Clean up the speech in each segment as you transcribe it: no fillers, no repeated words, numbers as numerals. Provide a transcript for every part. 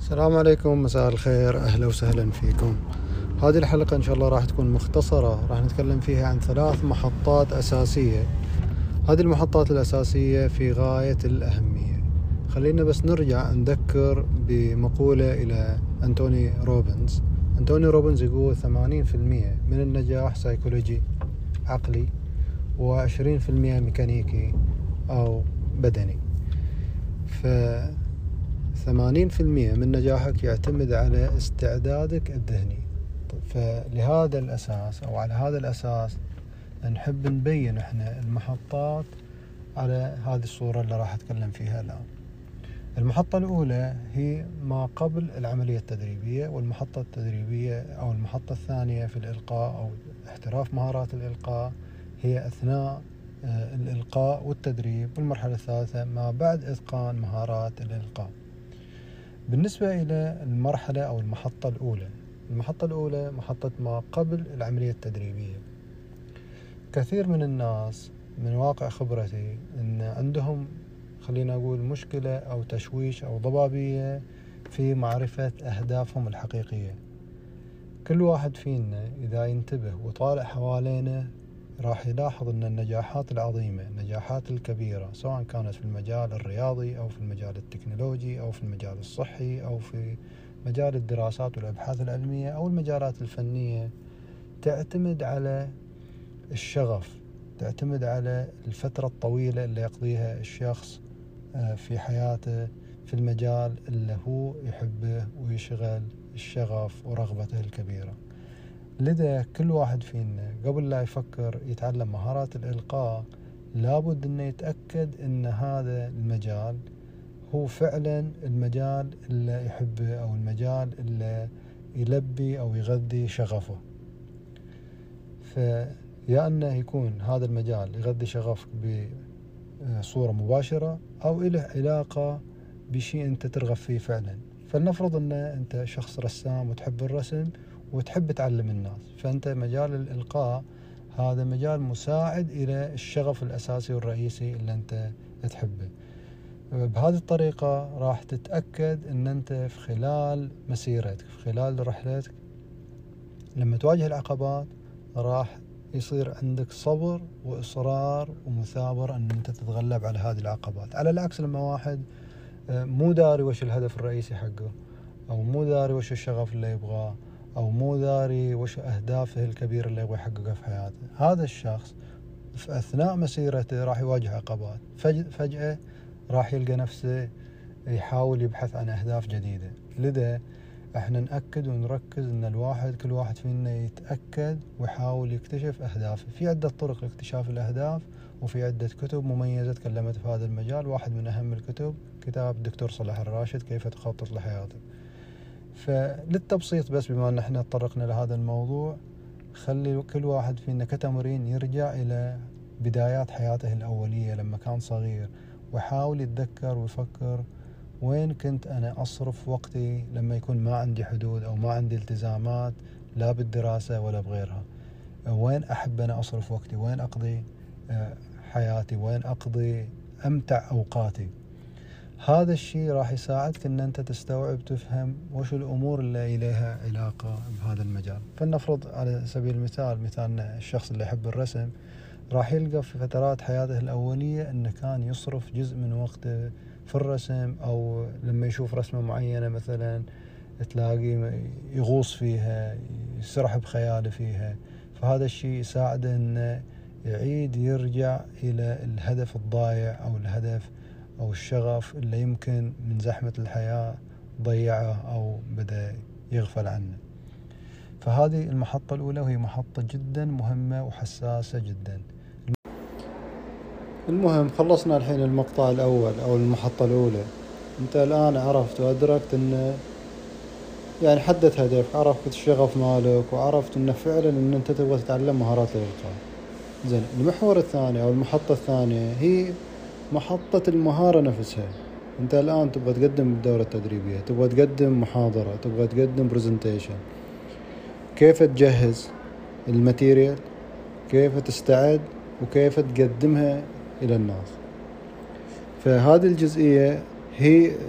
السلام عليكم، مساء الخير، أهلا وسهلا فيكم. هذه الحلقة إن شاء الله راح تكون مختصرة، راح نتكلم فيها عن 3 محطات أساسية. هذه المحطات الأساسية في غاية الأهمية. خلينا بس نرجع نذكر بمقولة إلى أنتوني روبنز. أنتوني روبنز يقول 80% من النجاح سيكولوجي عقلي، و20% ميكانيكي أو بدني. 80% من نجاحك يعتمد على استعدادك الذهني. فلهذا الأساس أو على هذا الأساس نحب نبين إحنا المحطات على هذه الصورة اللي راح أتكلم فيها الآن. المحطة الأولى هي ما قبل العملية التدريبية، والمحطة التدريبية أو المحطة الثانية في الإلقاء أو احتراف مهارات الإلقاء هي أثناء الإلقاء والتدريب، والمرحلة الثالثة ما بعد إتقان مهارات الإلقاء. بالنسبة إلى المرحلة أو المحطة الأولى محطة ما قبل العملية التدريبية. كثير من الناس من واقع خبرتي أن عندهم خلينا أقول مشكلة أو تشويش أو ضبابية في معرفة أهدافهم الحقيقية. كل واحد فينا إذا ينتبه وطالع حوالينا راح يلاحظ أن النجاحات العظيمة، النجاحات الكبيرة، سواء كانت في المجال الرياضي أو في المجال التكنولوجي أو في المجال الصحي أو في مجال الدراسات والأبحاث العلمية أو المجالات الفنية، تعتمد على الشغف، تعتمد على الفترة الطويلة اللي يقضيها الشخص في حياته في المجال اللي هو يحبه ويشغل الشغف ورغبته الكبيرة. لذا كل واحد فينا قبل لا يفكر يتعلم مهارات الإلقاء لابد أنه يتأكد أن هذا المجال هو فعلا المجال اللي يحبه أو المجال اللي يلبي أو يغذي شغفه. فيا أنه يكون هذا المجال يغذي شغفك بصورة مباشرة أو له علاقة بشيء أنت ترغب فيه فعلا. فلنفرض أن أنت شخص رسام وتحب الرسم وتحب تعلم الناس، فأنت مجال الإلقاء هذا مجال مساعد إلى الشغف الأساسي والرئيسي اللي أنت تحبه. بهذه الطريقة راح تتأكد أن أنت في خلال مسيرتك، في خلال رحلتك، لما تواجه العقبات راح يصير عندك صبر وإصرار ومثابرة أن أنت تتغلب على هذه العقبات. على العكس لما واحد مو داري وش الهدف الرئيسي حقه، أو مو داري وش الشغف اللي يبغاه، أو مو داري وش أهدافه الكبيرة اللي يبغى يحققها في حياته، هذا الشخص في أثناء مسيرته راح يواجه عقبات. فجأة راح يلقى نفسه يحاول يبحث عن أهداف جديدة. لذا احنا نأكد ونركز ان كل واحد فينا يتأكد ويحاول يكتشف أهدافه. في عدة طرق لاكتشاف الأهداف، وفي عدة كتب مميزة تكلمت في هذا المجال. واحد من أهم الكتب كتاب الدكتور صلاح الراشد، كيف تخطط لحياتك. فللتبسيط بس بما أن احنا تطرقنا لهذا الموضوع، خلي كل واحد فينا كتمرين يرجع إلى بدايات حياته الأولية لما كان صغير، ويحاول يتذكر ويفكر وين كنت أنا أصرف وقتي لما يكون ما عندي حدود أو ما عندي التزامات لا بالدراسة ولا بغيرها. وين أحب أنا أصرف وقتي، وين أقضي حياتي، وين أقضي أمتع أوقاتي. هذا الشيء راح يساعدك أن أنت تستوعب تفهم وش الأمور اللي إليها علاقة بهذا المجال. فلنفرض على سبيل المثال مثالنا الشخص اللي يحب الرسم راح يلقى في فترات حياته الأولية أنه كان يصرف جزء من وقته في الرسم، أو لما يشوف رسمة معينة مثلا تلاقي يغوص فيها، يسرح بخياله فيها. فهذا الشيء يساعده أنه يرجع إلى الهدف الضايع أو الهدف أو الشغف اللي يمكن من زحمة الحياة ضيعه أو بدأ يغفل عنه. فهذه المحطة الأولى، وهي محطة جدا مهمة وحساسة جدا. المهم خلصنا الحين المقطع الأول أو المحطة الأولى. أنت الآن عرفت وأدركت أن يعني حددت هدف، عرفت الشغف مالك، وعرفت أنه فعلا أن أنت تبغى تتعلم مهارات الإلقاء. زين، المحور الثاني أو المحطة الثانية هي محطة المهارة نفسها. أنت الآن تبغى تقدم الدورة التدريبية، تبغى تقدم محاضرة، تبغى تقدم برزنتيشن. كيف تجهز الماتيريال، كيف تستعد، وكيف تقدمها إلى الناس. فهذه الجزئية هي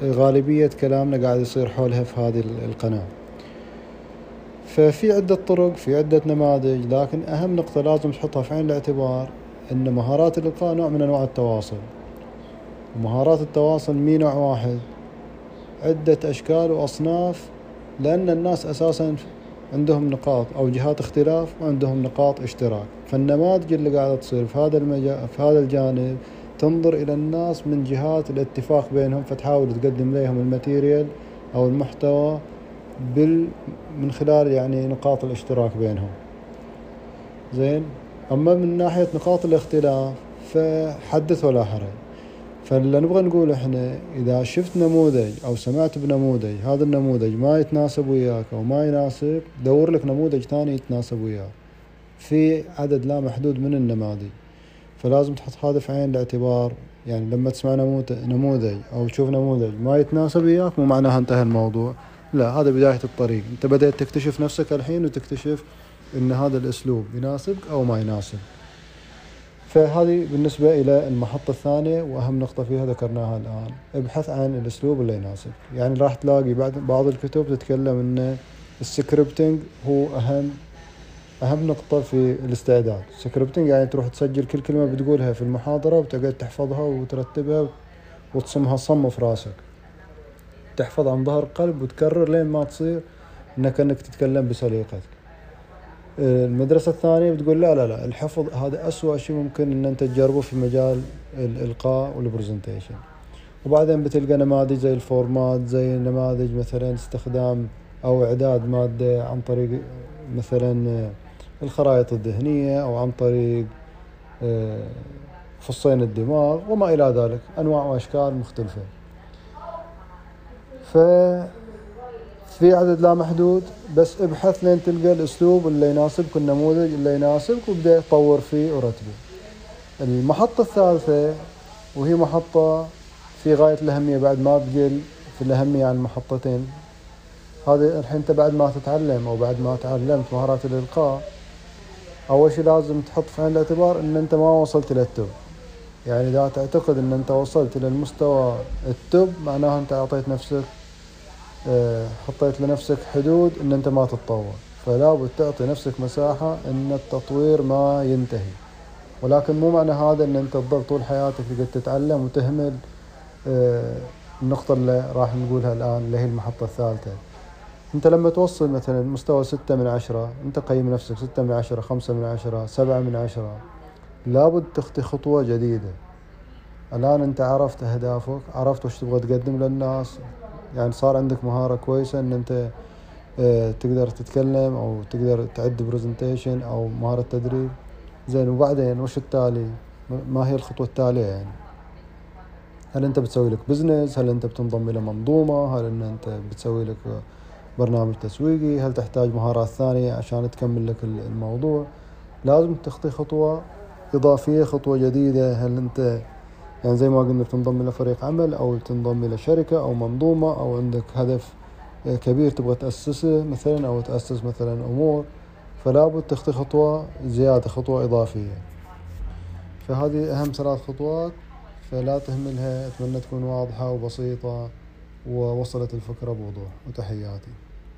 غالبية كلامنا قاعد يصير حولها في هذه القناة. ففي عدة طرق، في عدة نماذج، لكن أهم نقطة لازم تحطها في عين الاعتبار أن مهارات الإلقاء نوع من أنواع التواصل. ومهارات التواصل مي نوع واحد، عدة أشكال وأصناف، لأن الناس أساسا عندهم نقاط أو جهات اختلاف وعندهم نقاط اشتراك. فالنماذج اللي قاعدة تصير في هذا الجانب تنظر إلى الناس من جهات الاتفاق بينهم، فتحاول تقدم لهم الماتيريال أو المحتوى من خلال يعني نقاط الاشتراك بينهم. زين. أما من ناحية نقاط الاختلاف فحدث ولا حرج. فاللي نبغى نقول احنا اذا شفت نموذج او سمعت بنموذج هذا النموذج ما يتناسب وياك او ما يناسب، دور لك نموذج ثاني يتناسب وياك. في عدد لا محدود من النماذج، فلازم تحط هذا في عين الاعتبار. يعني لما تسمع نموذج او تشوف نموذج ما يتناسب وياك مو معناها انتهى الموضوع، لا، هذا بداية الطريق. انت بدأت تكتشف نفسك الحين وتكتشف ان هذا الاسلوب يناسبك او ما يناسب. فهذه بالنسبة إلى المحطة الثانية، وأهم نقطة فيها ذكرناها الآن. ابحث عن الأسلوب اللي يناسب. يعني راح تلاقي بعض الكتب تتكلم أن السكريبتنج هو أهم نقطة في الاستعداد. السكريبتنج يعني تروح تسجل كل كلمة بتقولها في المحاضرة وتقعد تحفظها وترتبها وتصمها صم في راسك، تحفظ عن ظهر قلب وتكرر لين ما تصير أنك تتكلم بسليقتك. المدرسة الثانية بتقول لا، الحفظ هذا أسوأ شيء ممكن أن أنت تجربه في مجال الإلقاء والبرزنتيشن. وبعدين بتلقى نماذج زي الفورمات، زي نماذج مثلا استخدام أو إعداد مادة عن طريق مثلا الخرائط الذهنية أو عن طريق فصين الدماغ وما إلى ذلك، أنواع وأشكال مختلفة. في عدد لا محدود، بس ابحث لين تلقى الأسلوب اللي يناسبك، النموذج اللي يناسبك، وابدأ طور فيه ورتبه. المحطة الثالثة وهي محطة في غاية الأهمية، بعد ما تقل في الأهمية عن المحطتين هذه. الحين أنت بعد ما تتعلم أو بعد ما تعلمت مهارات الإلقاء، أول شيء لازم تحط في عين الاعتبار أن أنت ما وصلت إلى التوب. يعني إذا تعتقد أن أنت وصلت إلى المستوى التوب معناه أنت أعطيت نفسك حطيت لنفسك حدود ان انت ما تتطور. فلا بد تعطي نفسك مساحة ان التطوير ما ينتهي، ولكن مو معنى هذا ان انت تظل طول حياتك تقعد تتعلم وتهمل النقطة اللي راح نقولها الآن اللي هي المحطة الثالثة. انت لما توصل مثلا مستوى 6 من 10، انت قيم نفسك 6 من 10، 5 من 10، 7 من 10، لابد تخطي خطوة جديدة. الآن انت عرفت اهدافك، عرفت وش تبغى تقدم للناس، يعني صار عندك مهارة كويسة ان انت تقدر تتكلم او تقدر تعد برزنتيشن او مهارة تدريب. زين، وبعدين وش التالي؟ ما هي الخطوة التالية؟ يعني هل انت بتسوي لك بزنس؟ هل انت بتنضم الى منظومة؟ هل ان انت بتسوي لك برنامج تسويقي؟ هل تحتاج مهارات ثانية عشان تكمل لك الموضوع؟ لازم تخطي خطوة إضافية، خطوة جديدة. هل انت يعني زي ما قلنا بتنضم إلى فريق عمل أو تنضم إلى شركة أو منظومة أو عندك هدف كبير تبغى تأسسه مثلا أو تأسس مثلا أمور، فلا بد تخطي خطوة زيادة، خطوة إضافية. فهذه أهم 3 خطوات، فلا تهملها. أتمنى تكون واضحة وبسيطة ووصلت الفكرة بوضوح. وتحياتي.